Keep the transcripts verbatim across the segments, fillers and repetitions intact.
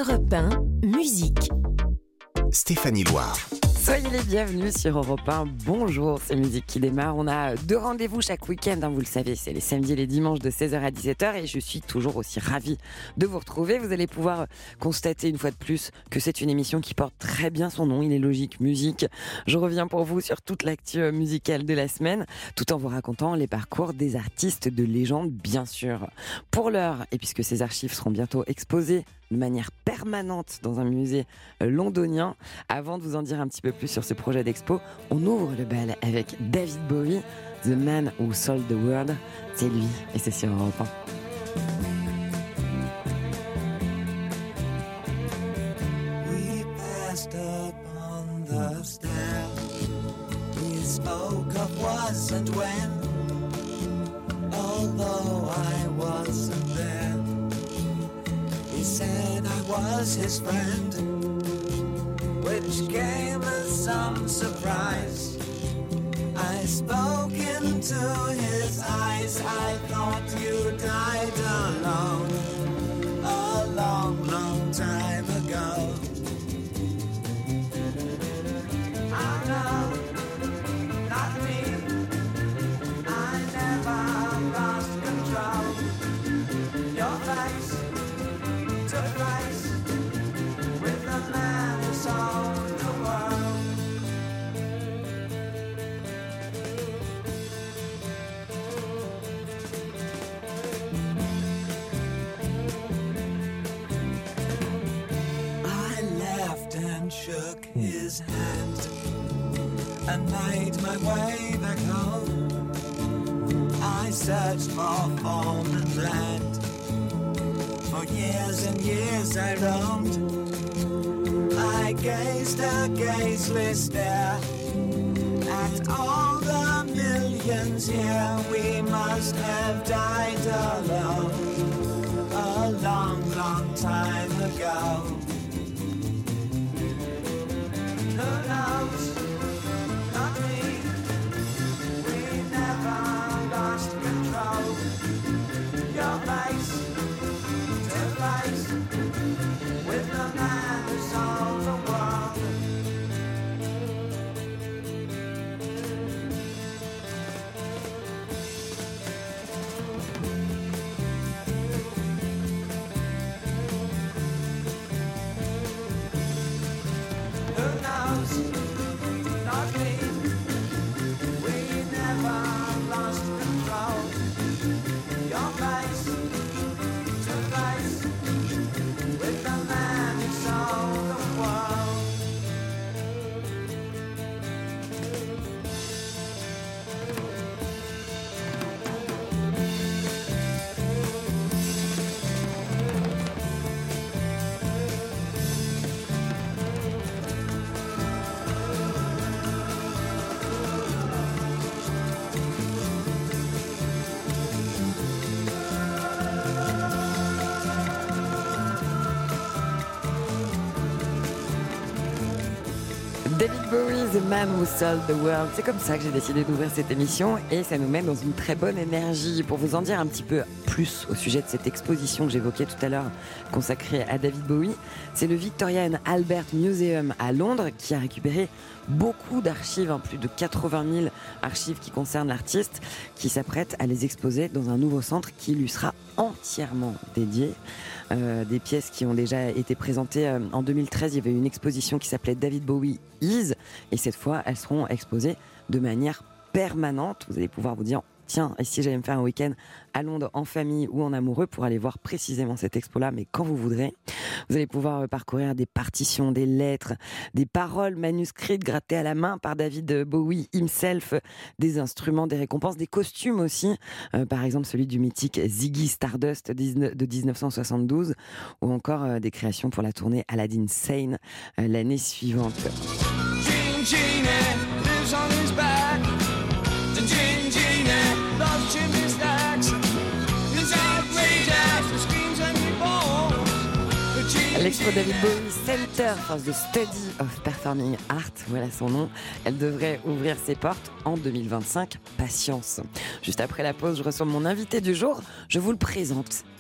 Europe un, musique. Stéphanie Loire. Soyez les bienvenus sur Europe un. Bonjour, c'est Musique qui démarre. On a deux rendez-vous chaque week-end, hein, vous le savez, c'est les samedis et les dimanches de seize heures à dix-sept heures et je suis toujours aussi ravie de vous retrouver. Vous allez pouvoir constater une fois de plus que c'est une émission qui porte très bien son nom. Il est logique, musique. Je reviens pour vous sur toute l'actu musicale de la semaine, tout en vous racontant les parcours des artistes de légende, bien sûr. Pour l'heure, et puisque ces archives seront bientôt exposées de manière permanente dans un musée londonien. Avant de vous en dire un petit peu plus sur ce projet d'expo, on ouvre le bal avec David Bowie, The Man Who Sold the World. C'est lui et c'est sur Europe un. We passed up on the stair. We spoke of was and when, although I wasn't there. He said I was his friend, which came as some surprise. I spoke into his eyes. I thought you died alone a long, long time ago. Oh no, not me. I never lost control. Your face took place with the man who sold the world. I laughed and shook his hand and made my way back home. I searched for form and land. For years and years I roamed. I gazed a gazeless stare at all the millions here. We must have died alone a long, long time ago. Who knows? Not me. We never lost control. Your face face with the man who sold the world. Who knows? Not me. We never lost control. Your face to face with the man who sold the world. David Bowie, The Man Who Sold the World. C'est comme ça que j'ai décidé d'ouvrir cette émission et ça nous met dans une très bonne énergie. Pour vous en dire un petit peu plus au sujet de cette exposition que j'évoquais tout à l'heure consacrée à David Bowie, c'est le Victoria and Albert Museum à Londres qui a récupéré beaucoup d'archives, hein, plus de quatre-vingt mille archives qui concernent l'artiste, qui s'apprête à les exposer dans un nouveau centre qui lui sera entièrement dédié. Euh, des pièces qui ont déjà été présentées euh, en deux mille treize, il y avait une exposition qui s'appelait David Bowie Is, et cette fois elles seront exposées de manière permanente. Vous allez pouvoir vous dire, tiens, et si j'allais me faire un week-end à Londres en famille ou en amoureux pour aller voir précisément cette expo-là, mais quand vous voudrez. Vous allez pouvoir parcourir des partitions, des lettres, des paroles manuscrites grattées à la main par David Bowie himself, des instruments, des récompenses, des costumes aussi, euh, par exemple celui du mythique Ziggy Stardust de dix-neuf cent soixante-douze, ou encore euh, des créations pour la tournée Aladdin Sane euh, l'année suivante. Gene Genie lives on his back. The Gene Genie loves chimney stacks. His outrageous, he screams when he falls. L'expo David Bowie Center for the Study of Performing Art, voilà son nom. Elle devrait ouvrir ses portes en deux mille vingt-cinq. Patience. Juste après la pause, je reçois mon invité du jour. Je vous le présente.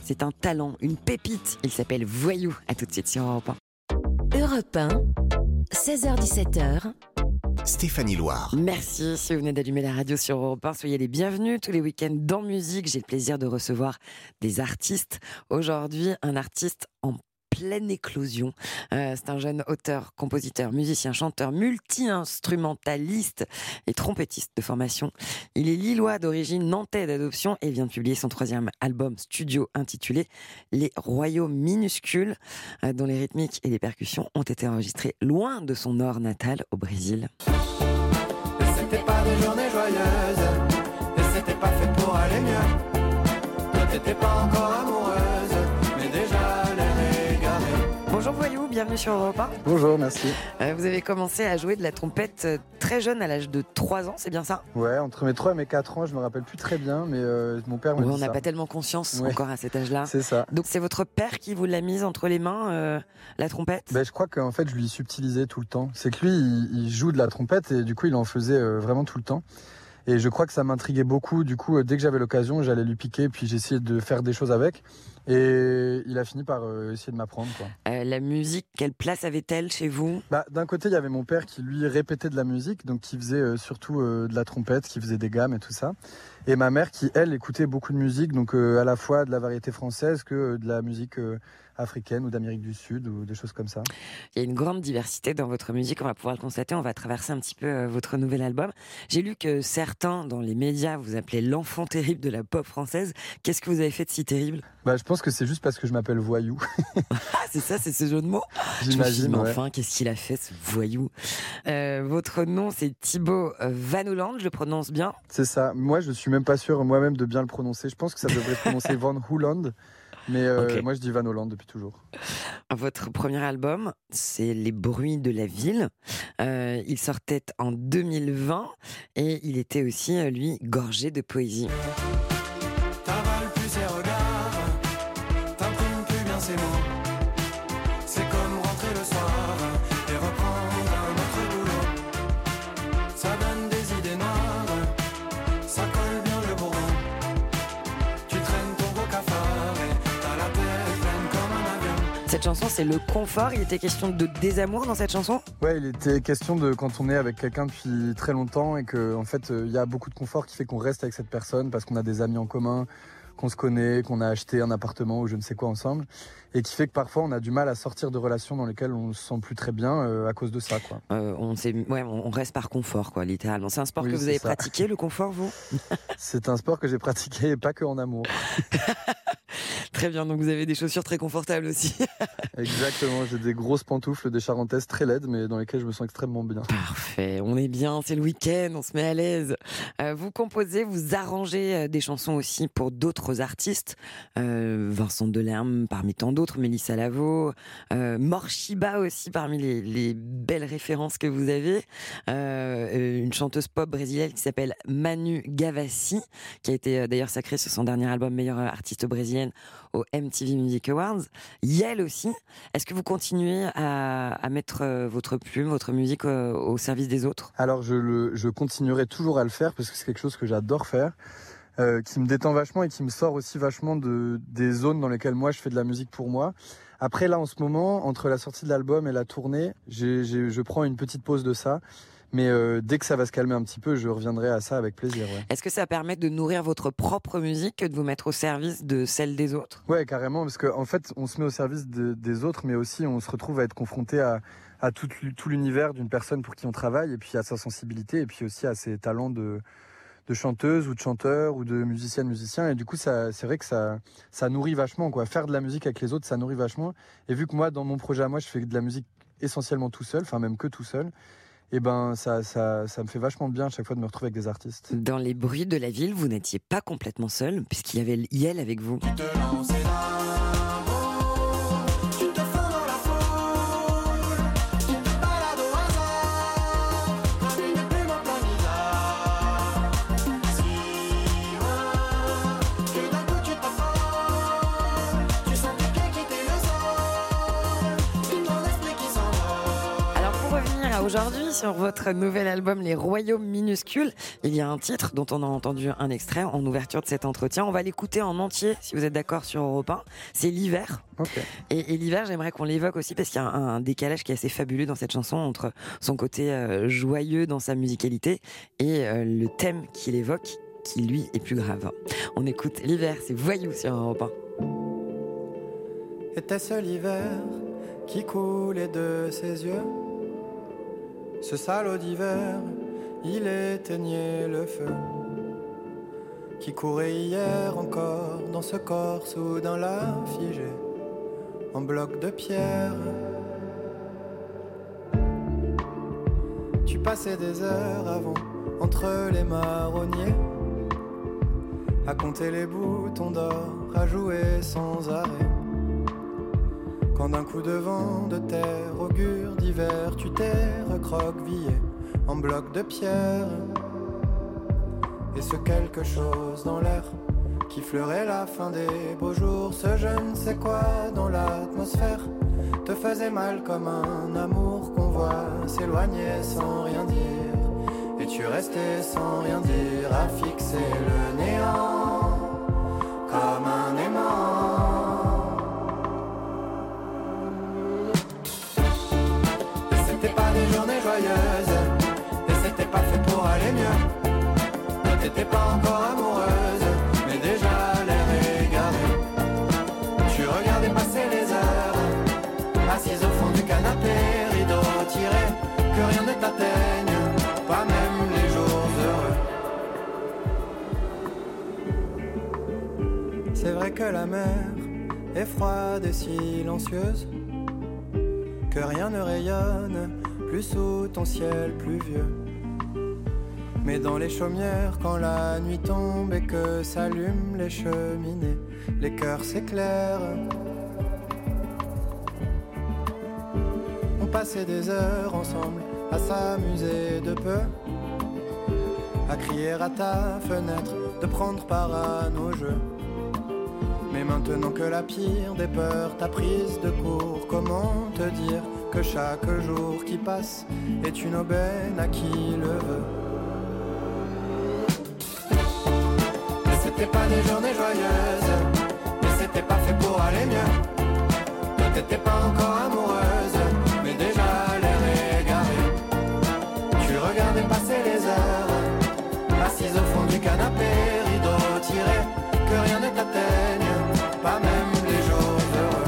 c'est un talent, une pépite. Il s'appelle Voyou. À tout de suite sur Europe un. Europe un, seize heures dix-sept heures. Stéphanie Loire. Merci si vous venez d'allumer la radio sur Europe un. Soyez les bienvenus tous les week-ends dans Musique. J'ai le plaisir de recevoir des artistes. Aujourd'hui, un artiste en pleine éclosion. Euh, c'est un jeune auteur, compositeur, musicien, chanteur, multi-instrumentaliste et trompettiste de formation. Il est lillois d'origine, nantais d'adoption et vient de publier son troisième album studio intitulé Les Royaumes Minuscules, euh, dont les rythmiques et les percussions ont été enregistrées loin de son nord natal au Brésil. Et c'était pas des journées joyeuses, et c'était pas fait pour aller mieux. Toi t'étais pas encore amoureuse, mais déjà l'air égaré. Bonjour Voyou, bienvenue sur Europe un. Bonjour, merci. Euh, vous avez commencé à jouer de la trompette euh, très jeune, à l'âge de trois ans, c'est bien ça? Ouais, entre mes trois et mes quatre ans, je me rappelle plus très bien, mais euh, mon père m'a Ouais, dit on n'a ça. pas tellement conscience Ouais. encore à cet âge-là. C'est ça. Donc c'est votre père qui vous l'a mise entre les mains, euh, la trompette? Ben, je crois qu'en fait, je lui subtilisais tout le temps. C'est que lui, il, il joue de la trompette et du coup, il en faisait euh, vraiment tout le temps. Et je crois que ça m'intriguait beaucoup. Du coup, euh, dès que j'avais l'occasion, j'allais lui piquer, puis j'essayais de faire des choses avec. Et il a fini par euh, essayer de m'apprendre, quoi. Euh, la musique, quelle place avait-elle chez vous? Bah, d'un côté, il y avait mon père qui lui répétait de la musique, donc qui faisait euh, surtout euh, de la trompette, qui faisait des gammes et tout ça. Et ma mère qui, elle, écoutait beaucoup de musique, donc euh, à la fois de la variété française que euh, de la musique euh, africaine ou d'Amérique du Sud ou des choses comme ça. Il y a une grande diversité dans votre musique, on va pouvoir le constater, on va traverser un petit peu euh, votre nouvel album. J'ai lu que certains, dans les médias, vous appelaient l'enfant terrible de la pop française. Qu'est-ce que vous avez fait de si terrible? Bah, je pense que c'est juste parce que je m'appelle Voyou. Ah, c'est ça, c'est ce jeu de mots? Je me suis dit, J'imagine, mais ouais. enfin, qu'est-ce qu'il a fait, ce voyou? euh, Votre nom, c'est Thibaut Van Holland, je le prononce bien? C'est ça. Moi, je suis même pas sûr moi-même de bien le prononcer. Je pense que ça devrait se prononcer Van Holland. Mais euh, Ok. moi, je dis Van Holland depuis toujours. Votre premier album, c'est Les Bruits de la Ville. Euh, il sortait en deux mille vingt et il était aussi, euh, lui, gorgé de poésie. T'avales plus ses regards, t'imprimes plus bien ses mots. C'est comme rentrer le soir et reprendre un autre boulot. Ça donne des idées noires, ça colle bien le bourreau. Tu traînes ton beau cafard et t'as la tête pleine comme un avion. Cette chanson, c'est le confort. Il était question de désamour dans cette chanson? Ouais, il était question de quand on est avec quelqu'un depuis très longtemps et que en fait, il y a beaucoup de confort qui fait qu'on reste avec cette personne parce qu'on a des amis en commun, qu'on se connaît, qu'on a acheté un appartement ou je ne sais quoi ensemble, et qui fait que parfois on a du mal à sortir de relations dans lesquelles on se sent plus très bien euh, à cause de ça, quoi. Euh, on, s'est- ouais, on on reste par confort, quoi, littéralement. C'est un sport Oui, que vous c'est avez ça. pratiqué, le confort, vous? C'est un sport que j'ai pratiqué et pas que en amour. Très bien, donc vous avez des chaussures très confortables aussi. Exactement, j'ai des grosses pantoufles des Charentaises très laides, mais dans lesquelles je me sens extrêmement bien. Parfait, on est bien, c'est le week-end, on se met à l'aise. Euh, vous composez, vous arrangez euh, des chansons aussi pour d'autres artistes. Euh, Vincent Delerme parmi tant d'autres, Mélissa Lavo, euh, Morshiba aussi parmi les, les belles références que vous avez. Euh, une chanteuse pop brésilienne qui s'appelle Manu Gavassi, qui a été euh, d'ailleurs sacrée sur son dernier album meilleure artiste brésilienne au M T V Music Awards. Yel aussi. Est-ce que vous continuez à, à mettre euh, votre plume, votre musique euh, au service des autres? Alors je, le, je continuerai toujours à le faire parce que c'est quelque chose que j'adore faire, euh, qui me détend vachement et qui me sort aussi vachement de, des zones dans lesquelles moi je fais de la musique pour moi. Après là en ce moment, entre la sortie de l'album et la tournée, j'ai, j'ai, je prends une petite pause de ça. Mais euh, dès que ça va se calmer un petit peu, je reviendrai à ça avec plaisir. Ouais, Est-ce que ça permet de nourrir votre propre musique que de vous mettre au service de celle des autres? ouais carrément, parce qu'en en fait, on se met au service de, des autres, mais aussi on se retrouve à être confronté à, à tout, tout l'univers d'une personne pour qui on travaille, et puis à sa sensibilité, et puis aussi à ses talents de, de chanteuse ou de chanteur ou de musicienne, musicien. Et du coup, ça, c'est vrai que ça, ça nourrit vachement, quoi. Faire de la musique avec les autres, ça nourrit vachement. Et vu que moi, dans mon projet à moi, je fais de la musique essentiellement tout seul, enfin même que tout seul, et ben ça, ça, ça me fait vachement de bien à chaque fois de me retrouver avec des artistes. Dans Les Bruits de la Ville, vous n'étiez pas complètement seul, puisqu'il y avait Yel avec vous. Tu te lances d'un mot, tu te fonds dans la foule, tu te balades au hasard, comme une plume en plein visage. Si loin, que d'un coup tu t'affoles, tu sens tes pieds quitter le sol, et ton esprit qui s'envole. Alors pour revenir à Aujourd'hui, sur votre nouvel album Les Royaumes Minuscules, il y a un titre dont on a entendu un extrait en ouverture de cet entretien. On va l'écouter en entier, si vous êtes d'accord, sur Europe un. C'est L'Hiver. Okay. Et, et l'hiver, j'aimerais qu'on l'évoque aussi parce qu'il y a un, un décalage qui est assez fabuleux dans cette chanson entre son côté euh, joyeux dans sa musicalité et euh, le thème qu'il évoque, qui lui est plus grave. On écoute L'Hiver, c'est Voyou sur Europe un. Était-ce l'hiver qui coulait de ses yeux? Ce salaud d'hiver, il éteignait le feu qui courait hier encore dans ce corps soudain là figé en bloc de pierre. Tu passais des heures avant entre les marronniers à compter les boutons d'or, à jouer sans arrêt. Quand d'un coup de vent de terre, augure d'hiver, tu t'es recroquevillé en bloc de pierre. Et ce quelque chose dans l'air qui fleurait la fin des beaux jours, ce je ne sais quoi dans l'atmosphère te faisait mal comme un amour qu'on voit s'éloigner sans rien dire. Et tu restais sans rien dire à fixer le néant comme un aimant. C'était pas des journées joyeuses, et c'était pas fait pour aller mieux. Toi t'étais pas encore amoureuse, mais déjà l'air égaré. Tu regardais passer les heures, assise au fond du canapé, rideau tiré, que rien ne t'atteigne, pas même les jours heureux. C'est vrai que la mer est froide et silencieuse, que rien ne rayonne plus sous ton ciel pluvieux. Mais dans les chaumières, quand la nuit tombe et que s'allument les cheminées, les cœurs s'éclairent. On passait des heures ensemble à s'amuser de peu, à crier à ta fenêtre, de prendre part à nos jeux. Mais maintenant que la pire des peurs t'a prise de court, comment te dire que chaque jour qui passe est une aubaine à qui le veut? Mais c'était pas des journées joyeuses, mais c'était pas fait pour aller mieux. Toi t'étais pas encore amoureuse, mais déjà l'air égaré. Tu regardais passer les heures, assise au fond du canapé, rideau tiré, que rien ne t'atteigne, pas même les jours heureux.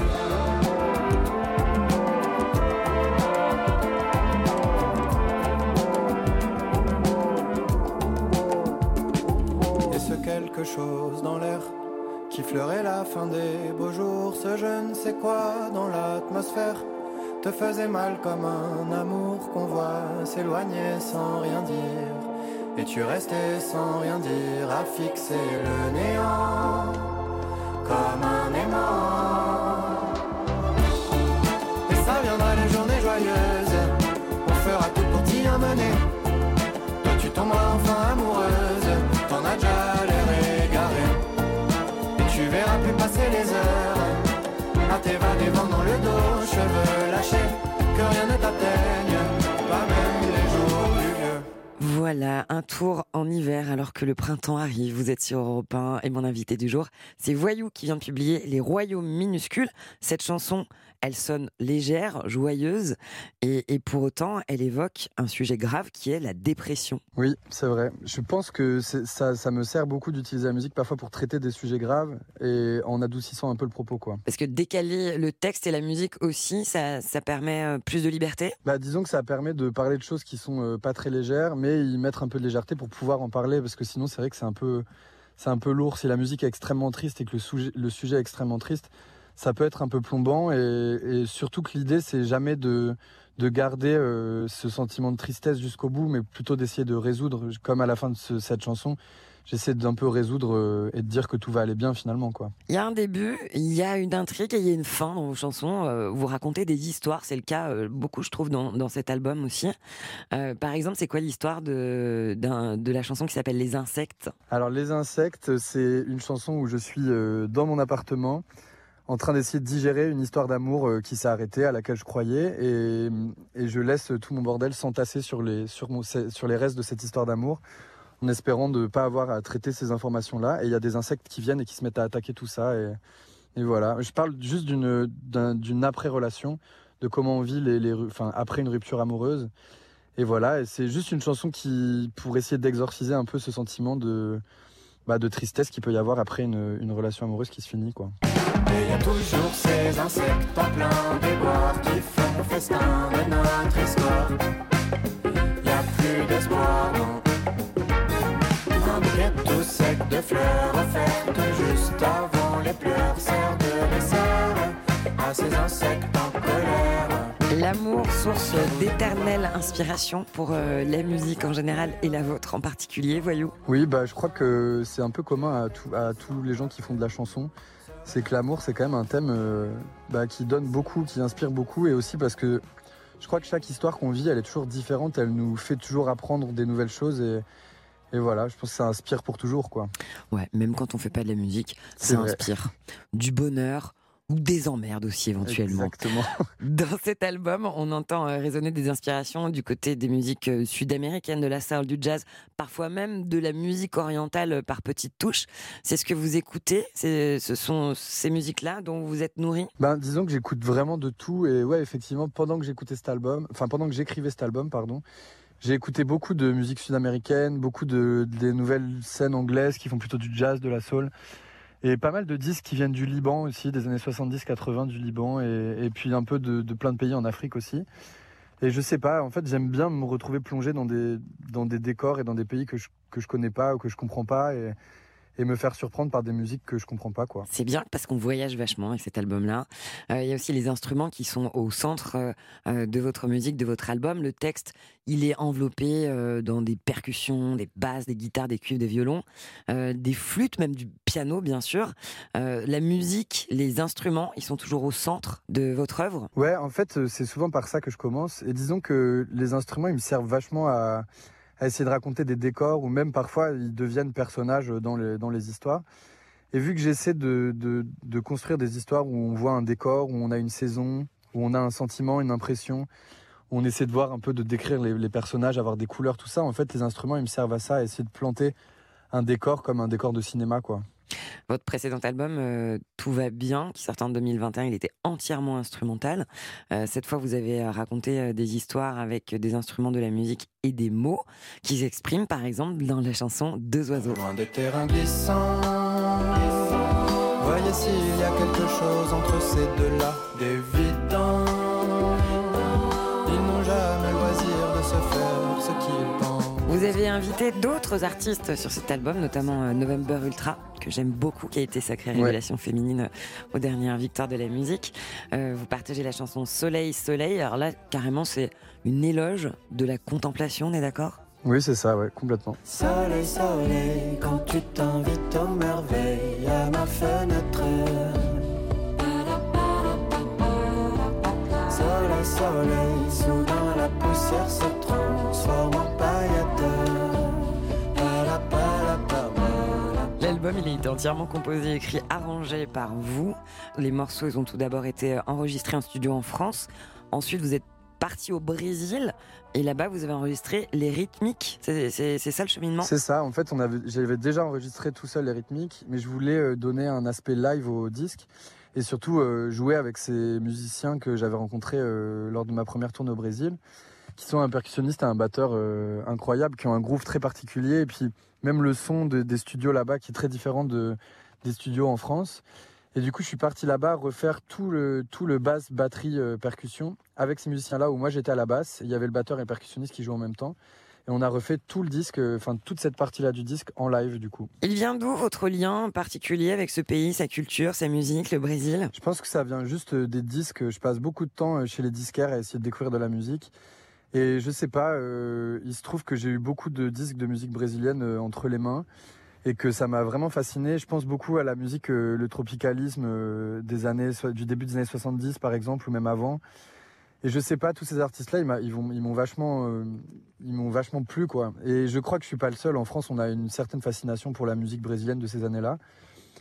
Et ce quelque chose dans l'air qui fleurait la fin des beaux jours, ce je ne sais quoi dans l'atmosphère te faisait mal comme un amour qu'on voit s'éloigner sans rien dire. Et tu restais sans rien dire à fixer le néant comme un aimant. Et ça viendra les journées joyeuses, on fera tout pour t'y amener. Toi tu tomberas enfin amoureuse, t'en as déjà l'air égaré. Et tu verras plus passer les heures à t'évader vent dans le dos, cheveux lâchés, que rien ne t'atteigne, pas même les jours plus vieux. Voilà, un tour en hiver alors que le printemps arrive. Vous êtes sur Europe un et mon invité du jour, c'est Voyou qui vient de publier Les Royaumes Minuscules. Cette chanson, elle sonne légère, joyeuse et, et pour autant, elle évoque un sujet grave qui est la dépression. Oui, c'est vrai. Je pense que c'est, ça, ça me sert beaucoup d'utiliser la musique parfois pour traiter des sujets graves et en adoucissant un peu le propos, quoi. Parce que décaler le texte et la musique aussi, ça, ça permet plus de liberté. Bah, disons que ça permet de parler de choses qui sont euh, pas très légères, mais y mettre un peu de légèreté pour pouvoir en parler, parce que sinon c'est vrai que c'est un peu, c'est un peu lourd. Si la musique est extrêmement triste et que le sujet, le sujet est extrêmement triste, ça peut être un peu plombant, et, et surtout que l'idée c'est jamais de, de garder euh, ce sentiment de tristesse jusqu'au bout, mais plutôt d'essayer de résoudre, comme à la fin de ce, cette chanson, j'essaie d'un peu résoudre euh, et de dire que tout va aller bien finalement, quoi. Il y a un début, il y a une intrigue et il y a une fin dans vos chansons. Euh, vous racontez des histoires, c'est le cas euh, beaucoup je trouve dans, dans cet album aussi. Euh, par exemple, c'est quoi l'histoire de, d'un, de la chanson qui s'appelle Les Insectes ? Alors Les Insectes, c'est une chanson où je suis euh, dans mon appartement en train d'essayer de digérer une histoire d'amour euh, qui s'est arrêtée, à laquelle je croyais, et, et je laisse tout mon bordel s'entasser sur les, sur, mon, sur les restes de cette histoire d'amour, en espérant de ne pas avoir à traiter ces informations-là. Et il y a des insectes qui viennent et qui se mettent à attaquer tout ça. Et, et voilà. Je parle juste d'une, d'un, d'une après-relation, de comment on vit les, les, enfin, après une rupture amoureuse. Et voilà, et c'est juste une chanson qui, pour essayer d'exorciser un peu ce sentiment de, bah, de tristesse qu'il peut y avoir après une, une relation amoureuse qui se finit, quoi. Et y a toujours ces insectes en plein déboire qui font festin de notre histoire. Y a plus d'espoir, non. Un bouquet tout sec de fleurs offertes juste avant les pleurs sert de dessert à ces insectes en colère. L'amour, source d'éternelle inspiration pour euh, la musique en général et la vôtre en particulier, Voyou. Oui, bah, je crois que c'est un peu commun à, tout, à tous les gens qui font de la chanson. C'est que l'amour, c'est quand même un thème euh, bah, qui donne beaucoup, qui inspire beaucoup, et aussi parce que je crois que chaque histoire qu'on vit, elle est toujours différente, elle nous fait toujours apprendre des nouvelles choses, et, et voilà, je pense que ça inspire pour toujours, quoi. Ouais, même quand on fait pas de la musique, C'est ça vrai. inspire du bonheur ou des emmerdes aussi éventuellement. Exactement. Dans cet album, on entend euh, résonner des inspirations du côté des musiques euh, sud-américaines, de la soul, du jazz, parfois même de la musique orientale euh, par petites touches. C'est ce que vous écoutez, c'est, ce sont ces musiques-là dont vous êtes nourri? Ben, disons que j'écoute vraiment de tout, et ouais, effectivement, pendant que j'écoutais cet album, enfin pendant que j'écrivais cet album, pardon, j'ai écouté beaucoup de musique sud-américaine, beaucoup de des nouvelles scènes anglaises qui font plutôt du jazz, de la soul. Et pas mal de disques qui viennent du Liban aussi, des années soixante-dix quatre-vingts du Liban, et, et puis un peu de, de plein de pays en Afrique aussi. Et je sais pas, en fait, j'aime bien me retrouver plongé dans des, dans des décors et dans des pays que je, que je connais pas ou que je comprends pas, et, et me faire surprendre par des musiques que je comprends pas, quoi. C'est bien parce qu'on voyage vachement avec cet album-là. Euh, il y a aussi les instruments qui sont au centre euh, de votre musique, de votre album. Le texte, il est enveloppé euh, dans des percussions, des basses, des guitares, des cuivres, des violons, euh, des flûtes, même du piano, bien sûr. Euh, la musique, les instruments, ils sont toujours au centre de votre œuvre. Ouais, en fait, c'est souvent par ça que je commence. Et disons que les instruments, ils me servent vachement à, à essayer de raconter des décors, ou même parfois, ils deviennent personnages dans les, dans les histoires. Et vu que j'essaie de, de, de construire des histoires où on voit un décor, où on a une saison, où on a un sentiment, une impression, où on essaie de voir un peu, de décrire les, les personnages, avoir des couleurs, tout ça, en fait, les instruments, ils me servent à ça, à essayer de planter un décor comme un décor de cinéma, quoi. Votre précédent album, euh, Tout va bien, qui sortait en deux mille vingt et un, il était entièrement instrumental. Euh, cette fois, vous avez raconté euh, des histoires avec des instruments de la musique et des mots qui s'expriment, par exemple, dans la chanson Deux oiseaux. Loin des terrains glissants, voyez s'il y a quelque chose entre ces deux-là d'évident. Ils n'ont jamais loisir de se faire ce qu'ils pensent. Vous avez invité d'autres artistes sur cet album, notamment euh, November Ultra, que j'aime beaucoup, qui a été sacrée révélation ouais. féminine euh, aux dernières victoires de la musique. Euh, vous partagez la chanson Soleil, Soleil. Alors là, carrément, c'est une éloge de la contemplation, on est d'accord ? Oui, c'est ça, ouais, complètement. Soleil, soleil, quand tu t'invites aux merveilles à ma fenêtre. Soleil, soleil, soudain la poussière se transforme en paillettes. L'album, il a été entièrement composé, écrit, arrangé par vous. Les morceaux, ils ont tout d'abord été enregistrés en studio en France. Ensuite, vous êtes parti au Brésil et là-bas, vous avez enregistré les rythmiques. C'est, c'est, c'est ça le cheminement ? C'est ça. En fait, on avait, j'avais déjà enregistré tout seul les rythmiques, mais je voulais donner un aspect live au disque et surtout euh, jouer avec ces musiciens que j'avais rencontrés euh, lors de ma première tournée au Brésil, qui sont un percussionniste et un batteur euh, incroyable, qui ont un groove très particulier, et puis même le son de, des studios là-bas qui est très différent de, des studios en France. Et du coup, je suis parti là-bas refaire tout le, tout le basse, batterie, euh, percussion avec ces musiciens-là où moi j'étais à la basse. Il y avait le batteur et le percussionniste qui jouaient en même temps. Et on a refait tout le disque, enfin euh, toute cette partie-là du disque en live du coup. Il vient d'où votre lien particulier avec ce pays, sa culture, sa musique, le Brésil ? Je pense que ça vient juste des disques. Je passe beaucoup de temps chez les disquaires à essayer de découvrir de la musique. Et je sais pas, euh, il se trouve que j'ai eu beaucoup de disques de musique brésilienne euh, entre les mains et que ça m'a vraiment fasciné. Je pense beaucoup à la musique, euh, le tropicalisme euh, des années, du début des années soixante-dix par exemple, ou même avant. Et je sais pas, tous ces artistes-là, ils, m'a, ils, vont, ils m'ont vachement, euh, ils m'ont vachement plu, quoi. Et je crois que je suis pas le seul. En France, on a une certaine fascination pour la musique brésilienne de ces années-là.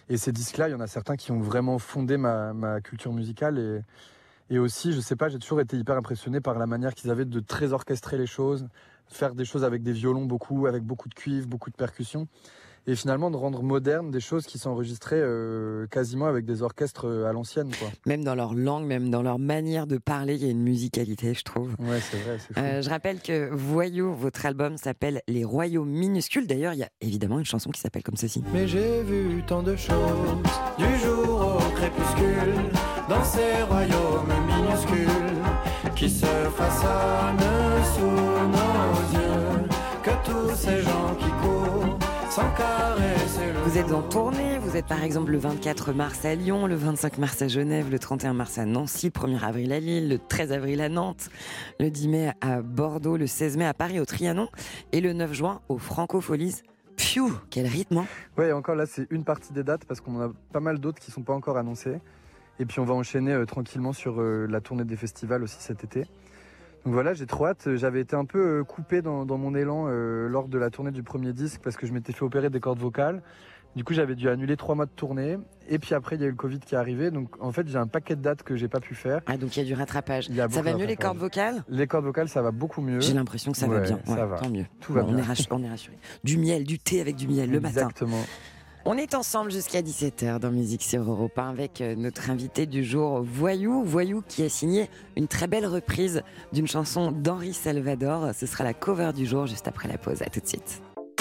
Et ces disques-là, il y en a certains qui ont vraiment fondé ma, ma culture musicale. Et, et aussi, je sais pas, j'ai toujours été hyper impressionné par la manière qu'ils avaient de très orchestrer les choses, faire des choses avec des violons beaucoup, avec beaucoup de cuivre, beaucoup de percussions. Et finalement de rendre modernes des choses qui sont enregistrées euh, quasiment avec des orchestres à l'ancienne, quoi. Même dans leur langue, même dans leur manière de parler, il y a une musicalité, je trouve. Ouais, c'est vrai, c'est fou. Euh, je rappelle que Voyou, votre album s'appelle Les Royaumes Minuscules. D'ailleurs, il y a évidemment une chanson qui s'appelle comme ceci. Mais j'ai vu tant de choses, du jour au crépuscule, dans ces royaumes minuscules, qui se façonnent sous nos yeux, que tous ces gens qui courent, sans caresser le... Vous êtes en tournée, vous êtes par exemple le vingt-quatre mars à Lyon, le vingt-cinq mars à Genève, le trente et un mars à Nancy, le premier avril à Lille, le treize avril à Nantes, le dix mai à Bordeaux, le seize mai à Paris au Trianon et le neuf juin au Francopholies. Pfiou, quel rythme, hein. Ouais, encore là, c'est une partie des dates parce qu'on en a pas mal d'autres qui sont pas encore annoncées. Et puis on va enchaîner euh, tranquillement sur euh, la tournée des festivals aussi cet été. Donc voilà, j'ai trop hâte. J'avais été un peu euh, coupé dans, dans mon élan euh, lors de la tournée du premier disque parce que je m'étais fait opérer des cordes vocales. Du coup, j'avais dû annuler trois mois de tournée. Et puis après, il y a eu le Covid qui est arrivé. Donc en fait, j'ai un paquet de dates que j'ai pas pu faire. Ah, donc il y a du rattrapage. Il y a Ça beaucoup va de mieux les rattrapage. cordes vocales ? Les cordes vocales, ça va beaucoup mieux. J'ai l'impression que ça va Ouais, bien. ça Ouais, va. Tant mieux. Tout va on, bien. Est rassuré, on est rassuré. Du miel, du thé avec du miel le matin. Exactement. On est ensemble jusqu'à dix-sept heures dans Musique sur Europe un avec notre invité du jour, Voyou. Voyou qui a signé une très belle reprise d'une chanson d'Henri Salvador. Ce sera la cover du jour juste après la pause. À tout de suite.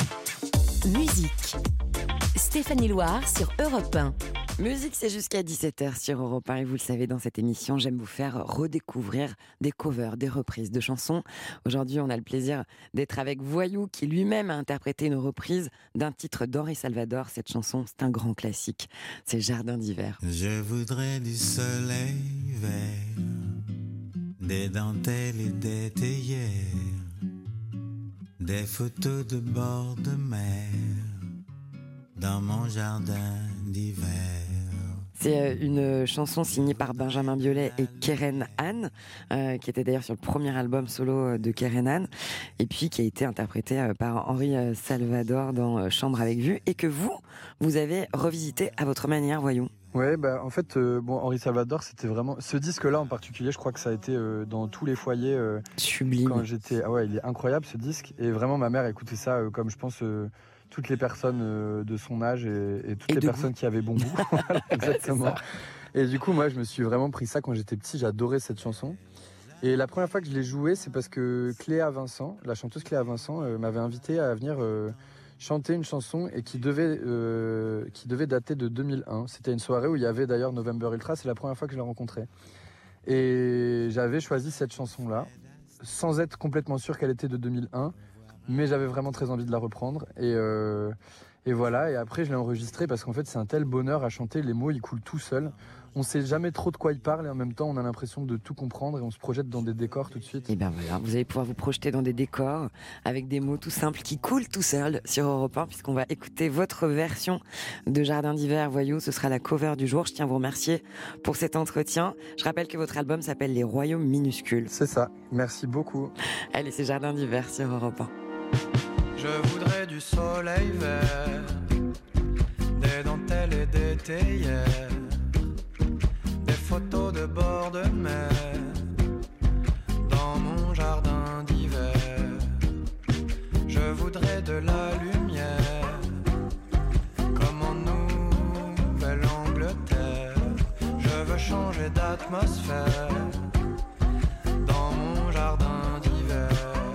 Musique. Stéphanie Loire sur Europe un. Musique, c'est jusqu'à dix-sept heures sur Europe un et vous le savez, dans cette émission, j'aime vous faire redécouvrir des covers, des reprises de chansons. Aujourd'hui, on a le plaisir d'être avec Voyou qui lui-même a interprété une reprise d'un titre d'Henri Salvador. Cette chanson, c'est un grand classique, c'est Jardin d'hiver. Je voudrais du soleil vert, des dentelles et des théières, des photos de bord de mer dans mon jardin d'hiver. C'est une chanson signée par Benjamin Biolay et Keren Anne, euh, qui était d'ailleurs sur le premier album solo de Keren Anne, et puis qui a été interprétée par Henri Salvador dans Chambre avec vue, et que vous, vous avez revisité à votre manière, Voyou. Ouais, bah en fait, euh, bon, Henri Salvador, c'était vraiment ce disque-là en particulier. Je crois que ça a été euh, dans tous les foyers. Euh, Sublime. Quand j'étais, ah ouais, il est incroyable ce disque. Et vraiment, ma mère écoutait ça euh, comme je pense euh, toutes les personnes euh, de son âge et, et toutes Et les de personnes goût. qui avaient bon goût. Voilà, exactement. Et du coup, moi, je me suis vraiment pris ça quand j'étais petit. J'adorais cette chanson. Et la première fois que je l'ai jouée, c'est parce que Cléa Vincent, la chanteuse Cléa Vincent, euh, m'avait invité à venir euh, chanter une chanson et qui devait, euh, qui devait dater de deux mille un. C'était une soirée où il y avait d'ailleurs November Ultra. C'est la première fois que je l'ai rencontrée. Et j'avais choisi cette chanson-là, sans être complètement sûr qu'elle était de deux mille un, mais j'avais vraiment très envie de la reprendre. Et, euh, et voilà, et après je l'ai enregistrée parce qu'en fait c'est un tel bonheur à chanter, les mots ils coulent tout seuls. On sait jamais trop de quoi ils parlent et en même temps on a l'impression de tout comprendre et on se projette dans des décors tout de suite. Et bien voilà, vous allez pouvoir vous projeter dans des décors avec des mots tout simples qui coulent tout seuls sur Europe un, puisqu'on va écouter votre version de Jardin d'hiver, Voyou. Ce sera la cover du jour. Je tiens à vous remercier pour cet entretien. Je rappelle que votre album s'appelle Les Royaumes Minuscules. C'est ça, merci beaucoup. Allez, c'est Jardin d'hiver sur Europe un. Je voudrais du soleil vert, des dentelles et des théières, des photos de bord de mer dans mon jardin d'hiver. Je voudrais de la lumière comme en Nouvelle-Angleterre. Je veux changer d'atmosphère dans mon jardin d'hiver.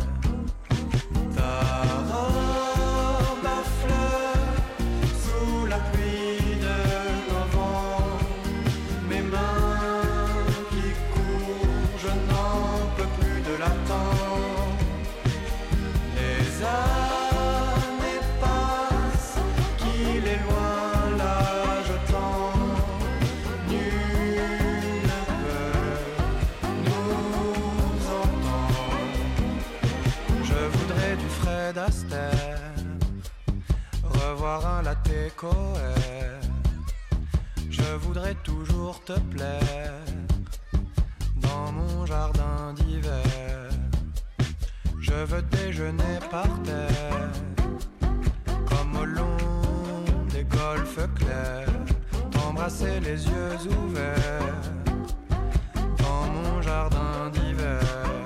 Ta robe à fleurs sous la pluie de novembre, mes mains qui courent, je n'en peux plus de l'attendre. Les années passent, qu'il est loin là je tends. Nul ne peut nous entendre. Je voudrais du Fred Astaire, revoir un latte Coher. Je voudrais toujours te plaire dans mon jardin d'hiver. Je veux déjeuner par terre comme au long des golfes clairs. passer les yeux ouverts dans mon jardin d'hiver.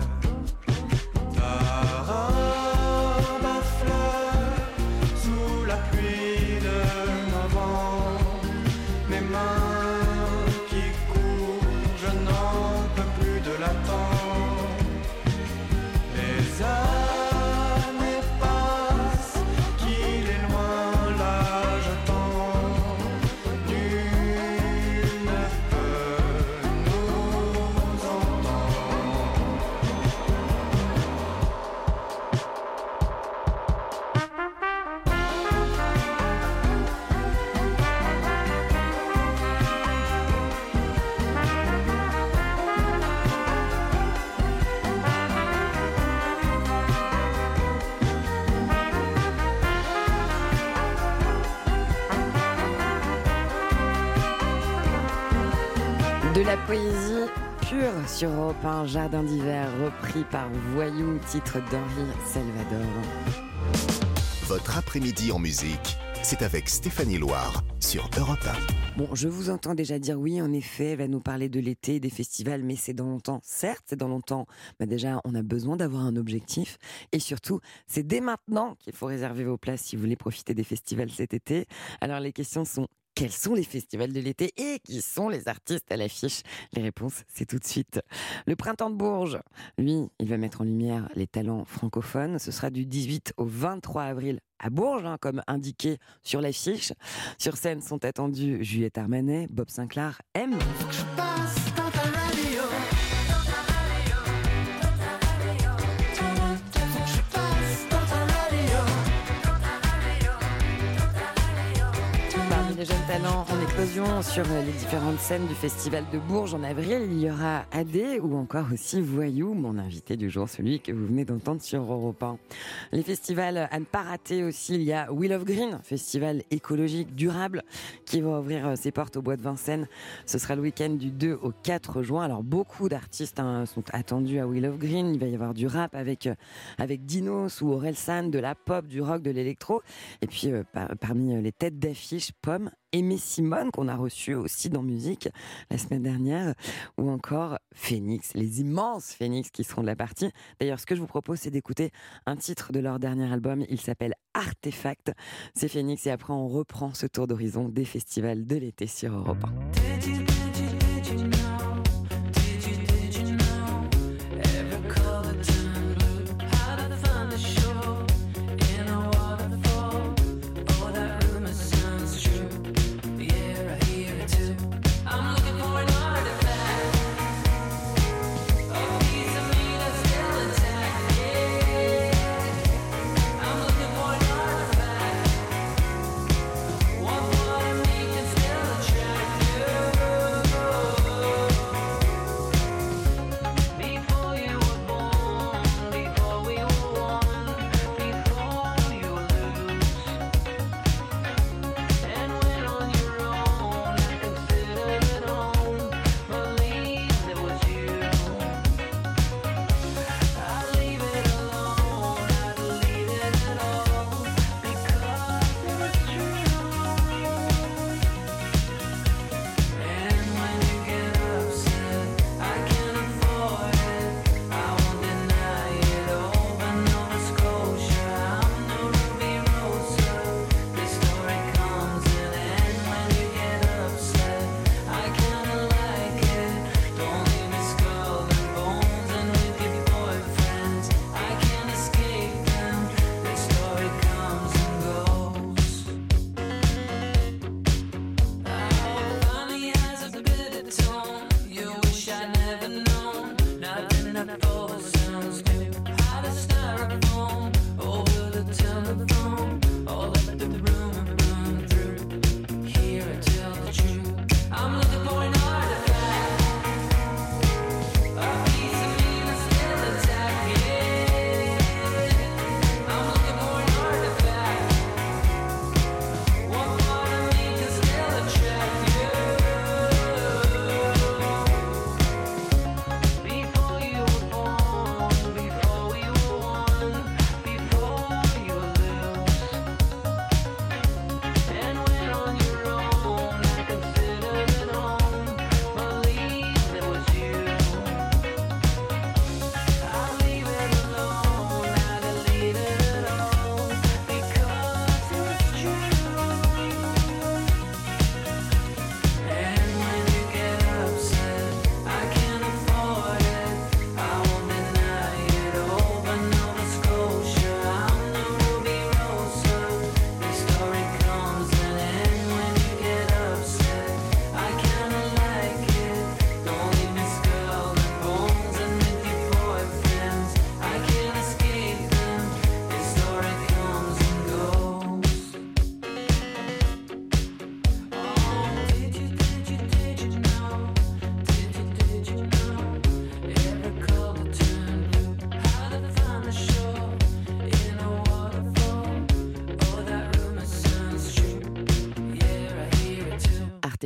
Ta robe à fleurs sous la pluie de novembre, mes mains qui courent, je n'en peux plus de l'attendre. Les années passent, qu'il est loin là j'attends. Nul ne peut nous entendre. De la poésie pure sur Europe un, Jardin d'hiver, repris par Voyou, titre d'Henri Salvador. Votre après-midi en musique, c'est avec Stéphanie Loire sur Europe un. Bon, je vous entends déjà dire oui, en effet, elle va nous parler de l'été, des festivals, mais c'est dans longtemps. Certes, c'est dans longtemps. Mais déjà, on a besoin d'avoir un objectif. Et surtout, c'est dès maintenant qu'il faut réserver vos places si vous voulez profiter des festivals cet été. Alors, les questions sont: quels sont les festivals de l'été et qui sont les artistes à l'affiche? Les réponses, c'est tout de suite. Le Printemps de Bourges, lui, il va mettre en lumière les talents francophones. Ce sera du dix-huit au vingt-trois avril à Bourges, hein, comme indiqué sur l'affiche. Sur scène sont attendus Juliette Armanet, Bob Sinclair, M. Les jeunes talents en explosion sur les différentes scènes du Festival de Bourges en avril. Il y aura Adé ou encore aussi Voyou, mon invité du jour, celui que vous venez d'entendre sur Europe un. Les festivals à ne pas rater aussi, il y a Wheel of Green, festival écologique durable qui va ouvrir ses portes au Bois de Vincennes. Ce sera le week-end du deux au quatre juin. Alors beaucoup d'artistes hein, sont attendus à Wheel of Green. Il va y avoir du rap avec, avec Dinos ou Orelsan, de la pop, du rock, de l'électro. Et puis euh, par, parmi les têtes d'affiche, Pomme, Aimé Simone, qu'on a reçu aussi dans Musique la semaine dernière, ou encore Phoenix, les immenses Phoenix qui seront de la partie. D'ailleurs, ce que je vous propose, c'est d'écouter un titre de leur dernier album. Il s'appelle Artefact. C'est Phoenix et après, on reprend ce tour d'horizon des festivals de l'été sur Europe un.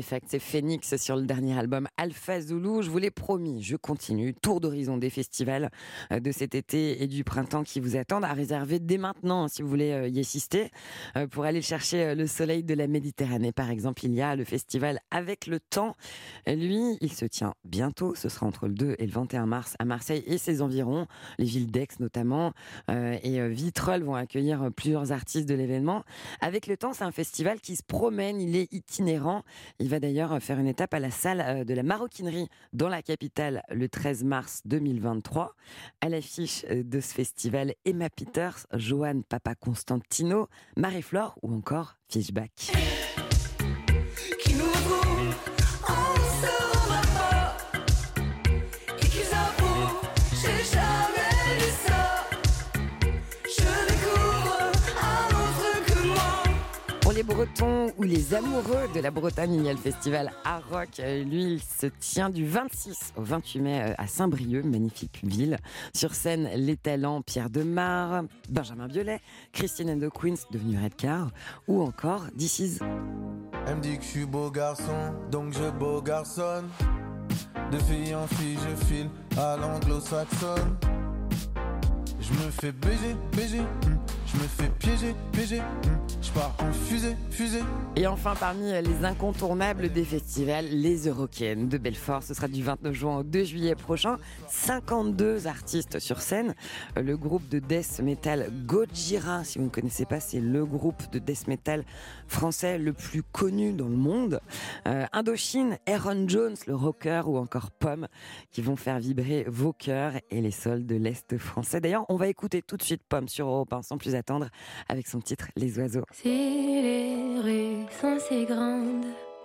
Effect, c'est Phoenix sur le dernier album Alpha Zulu. Je vous l'ai promis, je continue. Tour d'horizon des festivals de cet été et du printemps qui vous attendent, à réserver dès maintenant si vous voulez y assister. Pour aller chercher le soleil de la Méditerranée, par exemple, il y a le festival Avec le Temps. Lui, il se tient bientôt. Ce sera entre le deux et le vingt et un mars à Marseille et ses environs, les villes d'Aix notamment. Et Vitrolles vont accueillir plusieurs artistes de l'événement. Avec le Temps, c'est un festival qui se promène, il est itinérant. Il va d'ailleurs faire une étape à la salle de la Maroquinerie dans la capitale le treize mars deux mille vingt-trois. À l'affiche de ce festival, Emma Peters, Johan Papa Constantino, Marie-Flore ou encore Fishback. Qui nous retrouve, on ne se rendra pas. Et qui s'apprend, j'ai jamais vu ça. Je découvre un autre que moi. Pour les Bretons ou les amoureux de la Bretagne, il y a le festival Art Rock. Lui, il se tient du vingt-six au vingt-huit mai à Saint-Brieuc, magnifique ville. Sur scène, les talents Pierre Demar, Benjamin Biolay, Christine and the Queens, devenue Redcar, ou encore This Is. Elle me dit que je suis beau garçon, donc je beau garçonne. De fille en fille, je file à l'anglo-saxonne. Je me fais baiser, baiser, hmm. Je me fais piéger, piéger, hmm. Je pars en fusée, fusée. Et enfin, parmi les incontournables des festivals, les Eurocaines de Belfort. Ce sera du vingt-neuf juin au deux juillet prochain. cinquante-deux artistes sur scène. Le groupe de death metal Gojira, si vous ne connaissez pas, c'est le groupe de death metal français le plus connu dans le monde. Euh, Indochine, Aaron Jones, le rocker, ou encore Pomme, qui vont faire vibrer vos cœurs et les sols de l'Est français. D'ailleurs, on va écouter tout de suite Pomme sur Europe un, sans plus attendre, avec son titre Les Oiseaux. Si les rues sont si grandes,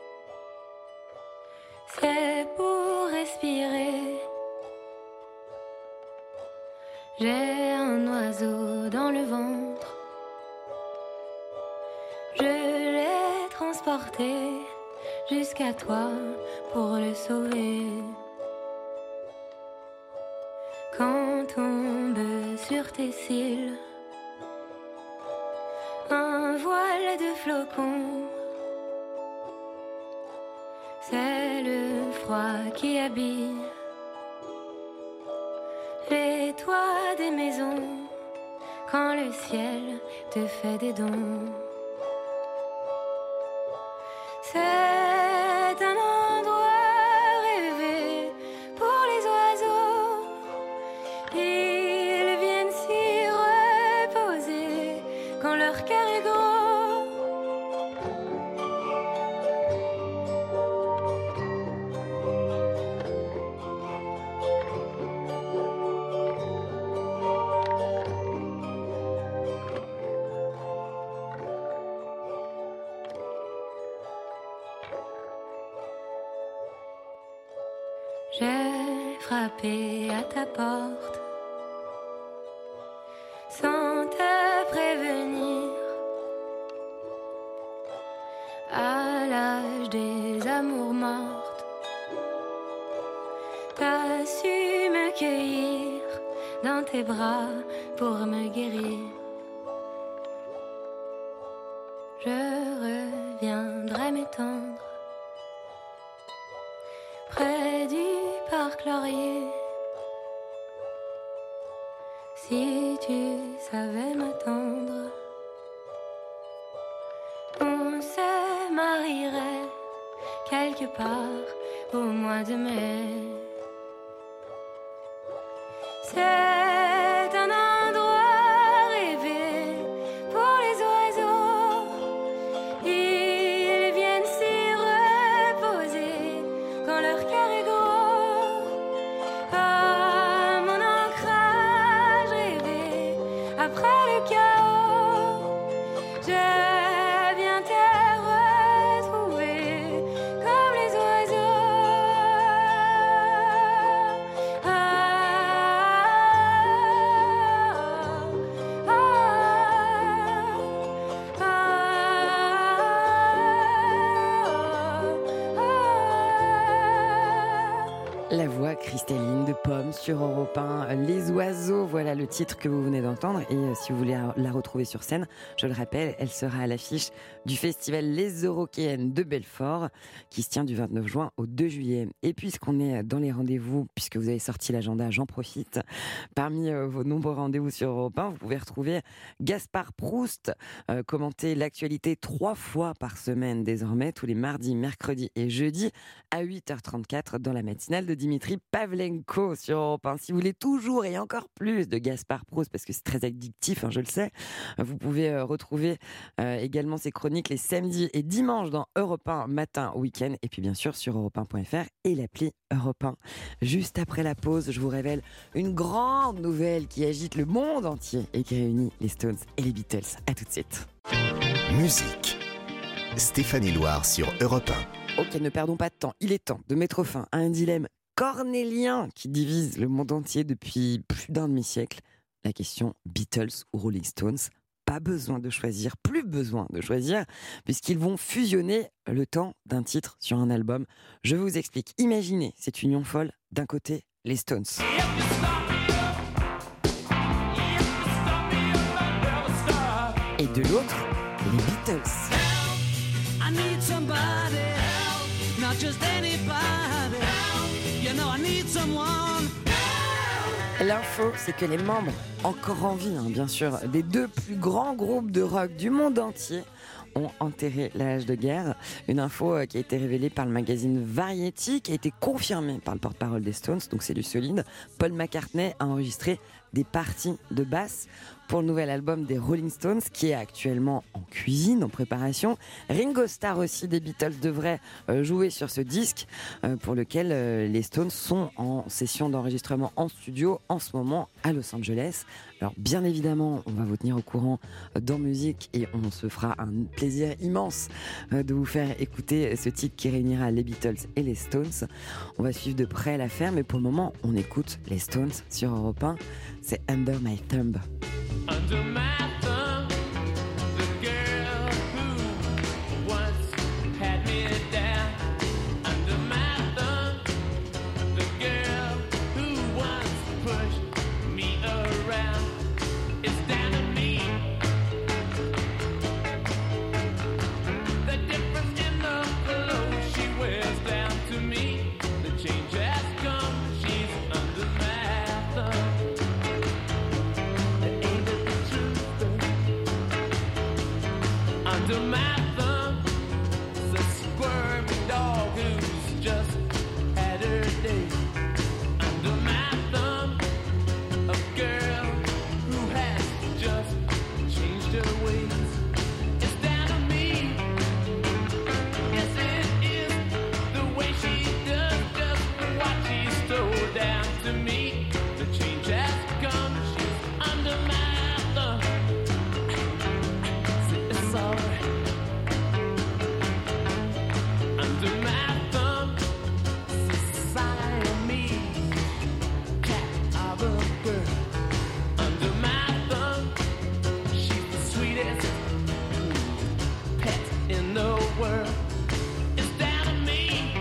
c'est pour respirer. J'ai un oiseau dans le ventre, je l'ai transporté jusqu'à toi pour le sauver. Quand tombe sur tes cils un voile de flocons, c'est le froid qui habille les toits des maisons quand le ciel te fait des dons. C'est un endroit rêvé pour les oiseaux. Ils viennent s'y reposer quand leur cœur est gros. J'ai frappé à ta porte sans te prévenir. À l'âge des amours mortes, t'as su me cueillir dans tes bras pour me guérir. Je reviendrai m'étendre près du parc Laurier. Si tu savais m'attendre, on se marierait quelque part au mois de mai. C'est un endroit rêvé pour les oiseaux. Ils viennent s'y reposer quand leur cœur est gros. Ah, mon ancrage rêvé après le chaos. Je viens te retrouver comme les oiseaux. Ah, Pomme sur Europe un, Les Oiseaux, voilà le titre que vous venez d'entendre. Et euh, si vous voulez la retrouver sur scène, je le rappelle, elle sera à l'affiche du festival Les Eurokéennes de Belfort, qui se tient du vingt-neuf juin au deux juillet. Et puisqu'on est dans les rendez-vous, puisque vous avez sorti l'agenda, j'en profite. Parmi euh, vos nombreux rendez-vous sur Europe un, vous pouvez retrouver Gaspard Proust, euh, commenter l'actualité trois fois par semaine désormais, tous les mardis, mercredis et jeudis, à huit heures trente-quatre dans la matinale de Dimitri Pavlenko sur Europe un. Si vous voulez toujours et encore plus de Gaspard Proust, parce que c'est très addictif, hein, je le sais, vous pouvez euh, retrouver euh, également ses chroniques les samedis et dimanches dans Europe un matin week-end, et puis bien sûr sur europe un point f r et l'appli Europe un. Juste après la pause, je vous révèle une grande nouvelle qui agite le monde entier et qui réunit les Stones et les Beatles. À tout de suite. Musique. Stéphanie Loire sur Europe un. Ok, ne perdons pas de temps. Il est temps de mettre fin à un dilemme cornélien qui divise le monde entier depuis plus d'un demi-siècle. La question Beatles ou Rolling Stones. Pas besoin de choisir, plus besoin de choisir, puisqu'ils vont fusionner le temps d'un titre sur un album. Je vous explique. Imaginez cette union folle. D'un côté, les Stones. Et de l'autre, les Beatles. I need somebody help, not just anybody help. You know I need someone help. L'info, c'est que les membres, encore en vie, hein, bien sûr, des deux plus grands groupes de rock du monde entier ont enterré l'âge de guerre. Une info qui a été révélée par le magazine Variety, qui a été confirmée par le porte-parole des Stones, donc c'est du solide. Paul McCartney a enregistré des parties de basse pour le nouvel album des Rolling Stones, qui est actuellement en cuisine, en préparation. Ringo Starr aussi des Beatles devrait euh, jouer sur ce disque, euh, pour lequel euh, les Stones sont en session d'enregistrement en studio en ce moment à Los Angeles. Alors bien évidemment, on va vous tenir au courant dans Musique et on se fera un plaisir immense euh, de vous faire écouter ce titre qui réunira les Beatles et les Stones. On va suivre de près l'affaire, mais pour le moment, on écoute les Stones sur Europe un. C'est Under My Thumb. Under my thumb, the girl who once had me down. Under my thumb, the girl who once pushed me around. It's down to me. The difference in the clothes she wears down to me. The change has come. She's under my thumb. Under my thumb, the squirmy dog who's just had her day. Under my thumb, a girl who has just changed her ways. It's down to me. Yes, it is the way she does just what she stole down to me. The change has come. She's under my thumb. It's all right. Under my thumb, Siamese cat of a girl. Under my thumb, she's the sweetest pet in the world. It's down to me.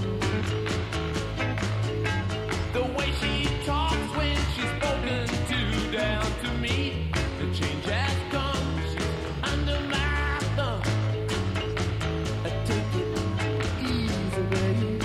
The way she talks when she's spoken to down to me. The change has come. She's under my thumb. I take it easy, baby.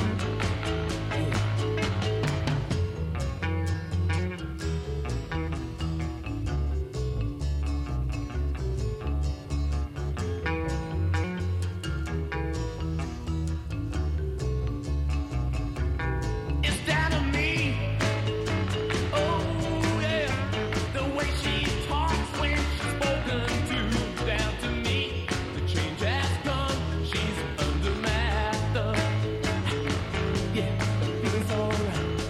It's down to me. Oh yeah, the way she talks when she's spoken to down to me. The change has come. She's under my thumb. Yeah, it's alright.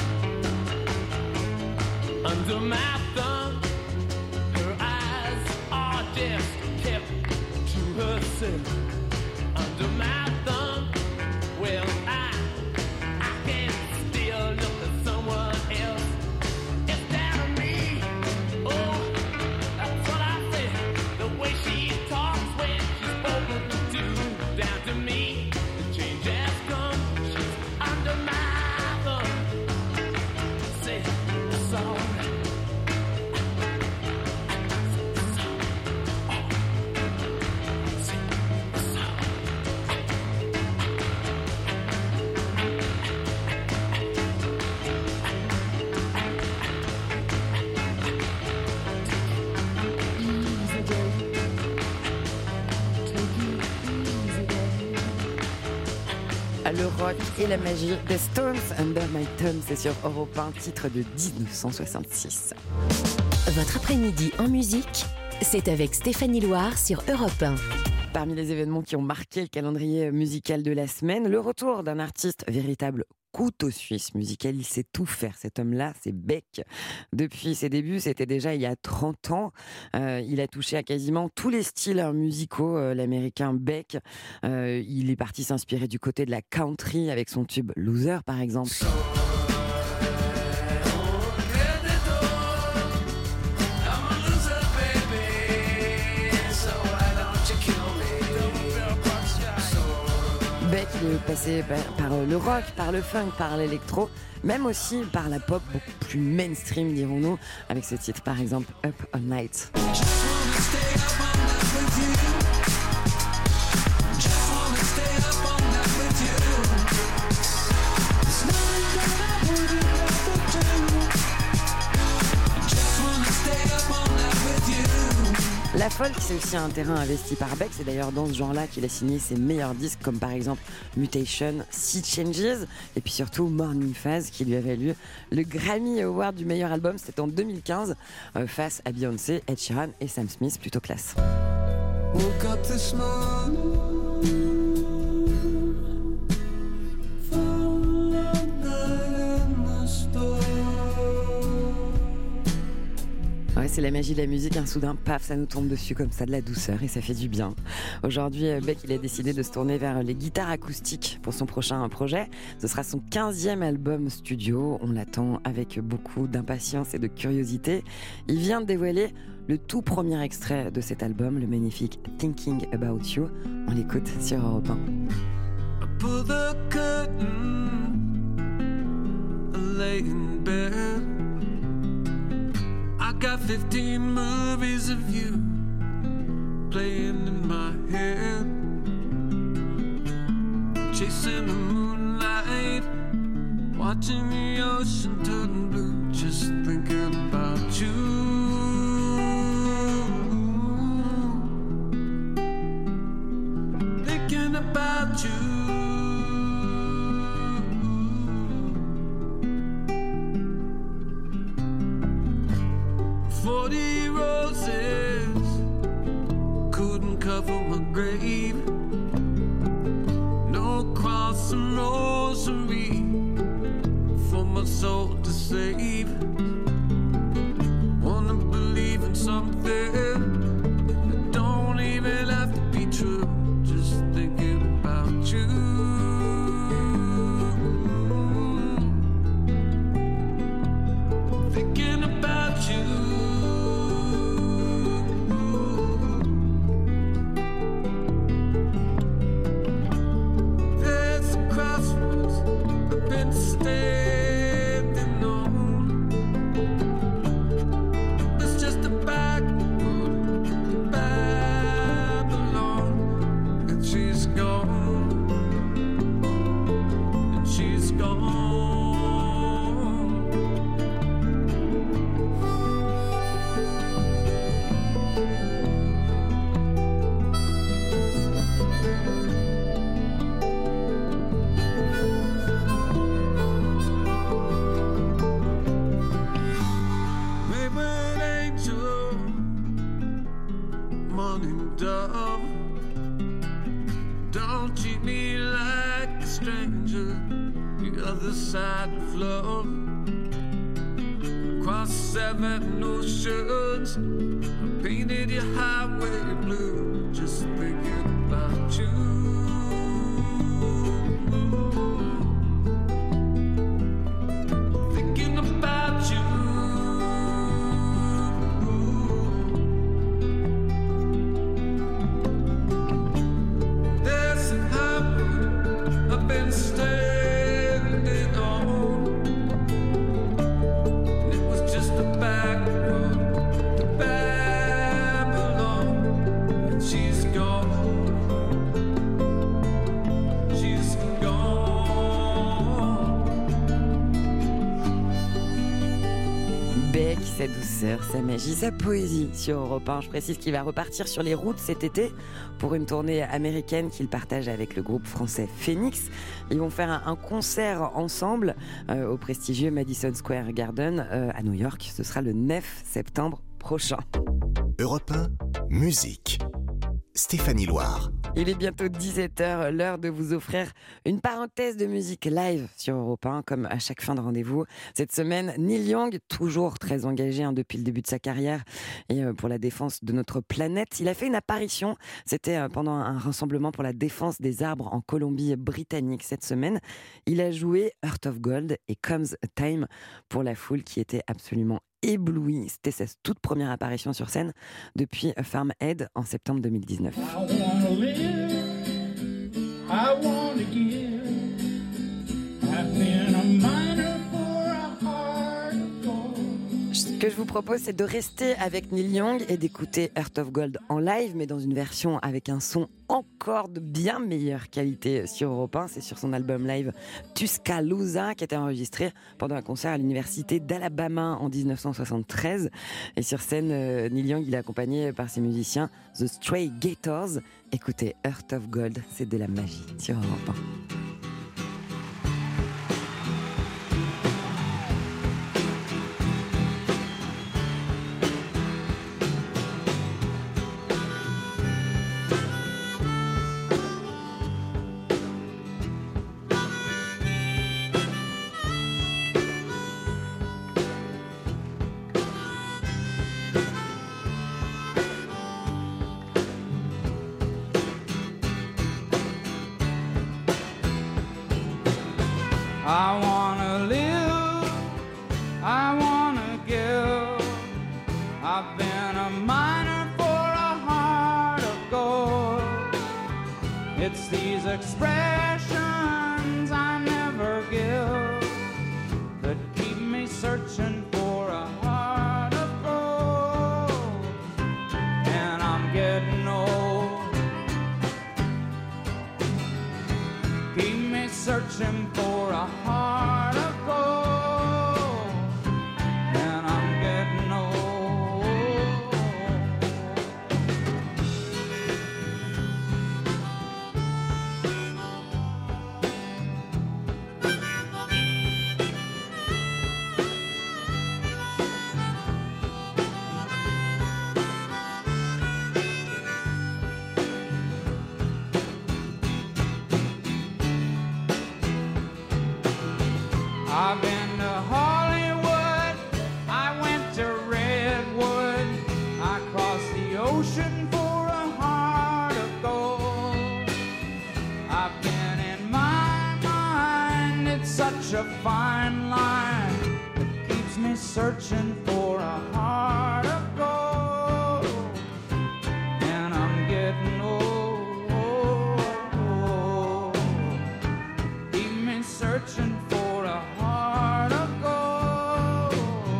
Under my thumb, her eyes are just kept to herself. Under my thumb, well I, I can still look at someone else. It's down to me. Oh, that's what I said. The way she talks when she's spoken to down to me. The change has come. She's under my thumb. Le rock et la magie des Stones, Under My Thumb, c'est sur Europe un, titre de dix-neuf cent soixante-six. Votre après-midi en musique, c'est avec Stéphanie Loire sur Europe un. Parmi les événements qui ont marqué le calendrier musical de la semaine, le retour d'un artiste véritable couteau suisse musical. Il sait tout faire, cet homme-là, c'est Beck. Depuis ses débuts, c'était déjà il y a trente ans. Euh, il a touché à quasiment tous les styles musicaux, euh, l'américain Beck. Euh, il est parti s'inspirer du côté de la country avec son tube Loser, par exemple. Beck est passé par le rock, par le funk, par l'électro, même aussi par la pop beaucoup plus mainstream, dirons-nous, avec ce titre par exemple Up All Night. La folk, c'est aussi un terrain investi par Beck. C'est d'ailleurs dans ce genre-là qu'il a signé ses meilleurs disques, comme par exemple Mutation, Sea Changes, et puis surtout Morning Phase, qui lui a valu le Grammy Award du meilleur album. C'était en deux mille quinze, euh, face à Beyoncé, Ed Sheeran et Sam Smith, plutôt classe. Woke up this morning, found a night in the store. Ouais, c'est la magie de la musique, un soudain, paf, ça nous tombe dessus comme ça, de la douceur, et ça fait du bien. Aujourd'hui, Beck, il a décidé de se tourner vers les guitares acoustiques pour son prochain projet. Ce sera son quinzième album studio. On l'attend avec beaucoup d'impatience et de curiosité. Il vient de dévoiler le tout premier extrait de cet album, le magnifique Thinking About You. On l'écoute sur Europe un. I pull the curtain, I lay in bed. I got fifteen movies of you playing in my head, chasing the moonlight, watching the ocean turn blue, just thinking about you. Thinking about you. Forty roses couldn't cover my grave. No cross and rosary for my soul to save. Wanna believe in something that don't even have to be true. Just thinking about you. Thinking about you. Standing on, it's just a back road to Babylon, and she's gone, and she's gone. Don't treat me like a stranger. The other side of love, across seven oceans, I painted your highway blue, just thinking about you. Thinking about you. Standing on, it was bec, sa douceur, sa magie, sa poésie sur Europe un. Je précise qu'il va repartir sur les routes cet été pour une tournée américaine qu'il partage avec le groupe français Phoenix. Ils vont faire un, un concert ensemble euh, au prestigieux Madison Square Garden euh, à New York. Ce sera le neuf septembre prochain. Europe un, musique. Stéphanie Loire. Il est bientôt dix-sept heures, l'heure de vous offrir une parenthèse de musique live sur Europe un, comme à chaque fin de rendez-vous. Cette semaine, Neil Young, toujours très engagé hein, depuis le début de sa carrière et euh, pour la défense de notre planète. Il a fait une apparition, c'était euh, pendant un rassemblement pour la défense des arbres en Colombie-Britannique cette semaine. Il a joué Heart of Gold et Comes a Time pour la foule qui était absolument ébloui. C'était sa toute première apparition sur scène depuis Farmhead en septembre deux mille dix-neuf. Ce que je vous propose, c'est de rester avec Neil Young et d'écouter Heart of Gold en live, mais dans une version avec un son encore de bien meilleure qualité sur Europe un. C'est sur son album live Tuscaloosa qui a été enregistré pendant un concert à l'université d'Alabama en dix-neuf cent soixante-treize. Et sur scène, euh, Neil Young, il est accompagné par ses musiciens The Stray Gators. Écoutez Heart of Gold, c'est de la magie sur Europe un. I wanna live, I wanna give. I've been a miner for a heart of gold. It's these expressions I never give that keep me searching for a heart of gold. And I'm getting old. Keep me searching for a heart of gold, and I'm getting old. I've been to Hollywood, I went to Redwood, I crossed the ocean for a heart of gold. I've been in my mind, it's such a fine line that keeps me searching for a heart of gold. And I'm getting old. Keep me searching for a heart of gold.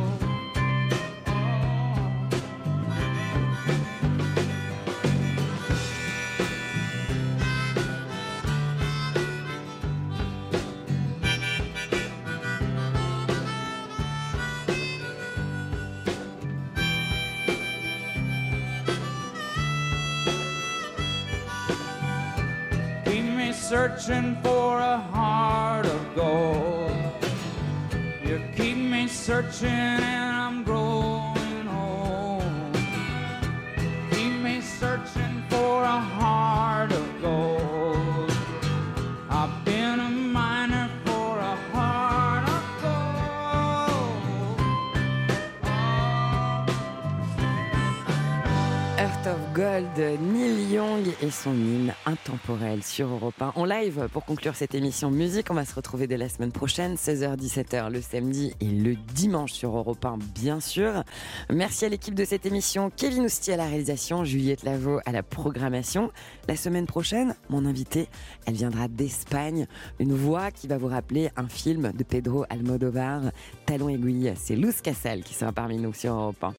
Keep me searching for a heart of gold. You keep me searching and I'm growing old. Keep me searching for a heart of gold. I've been a miner for a heart of gold. Heart of Gold, Neil Young et son hymne intemporel sur Europe un. En live pour conclure cette émission musique, on va se retrouver dès la semaine prochaine, seize heures dix-sept heures le samedi et le dimanche sur Europe un, bien sûr. Merci à l'équipe de cette émission, Kevin Ousti à la réalisation, Juliette Lavaux à la programmation. La semaine prochaine, mon invitée, elle viendra d'Espagne, une voix qui va vous rappeler un film de Pedro Almodóvar, Talons aiguilles. C'est Luz Casal qui sera parmi nous sur Europe un.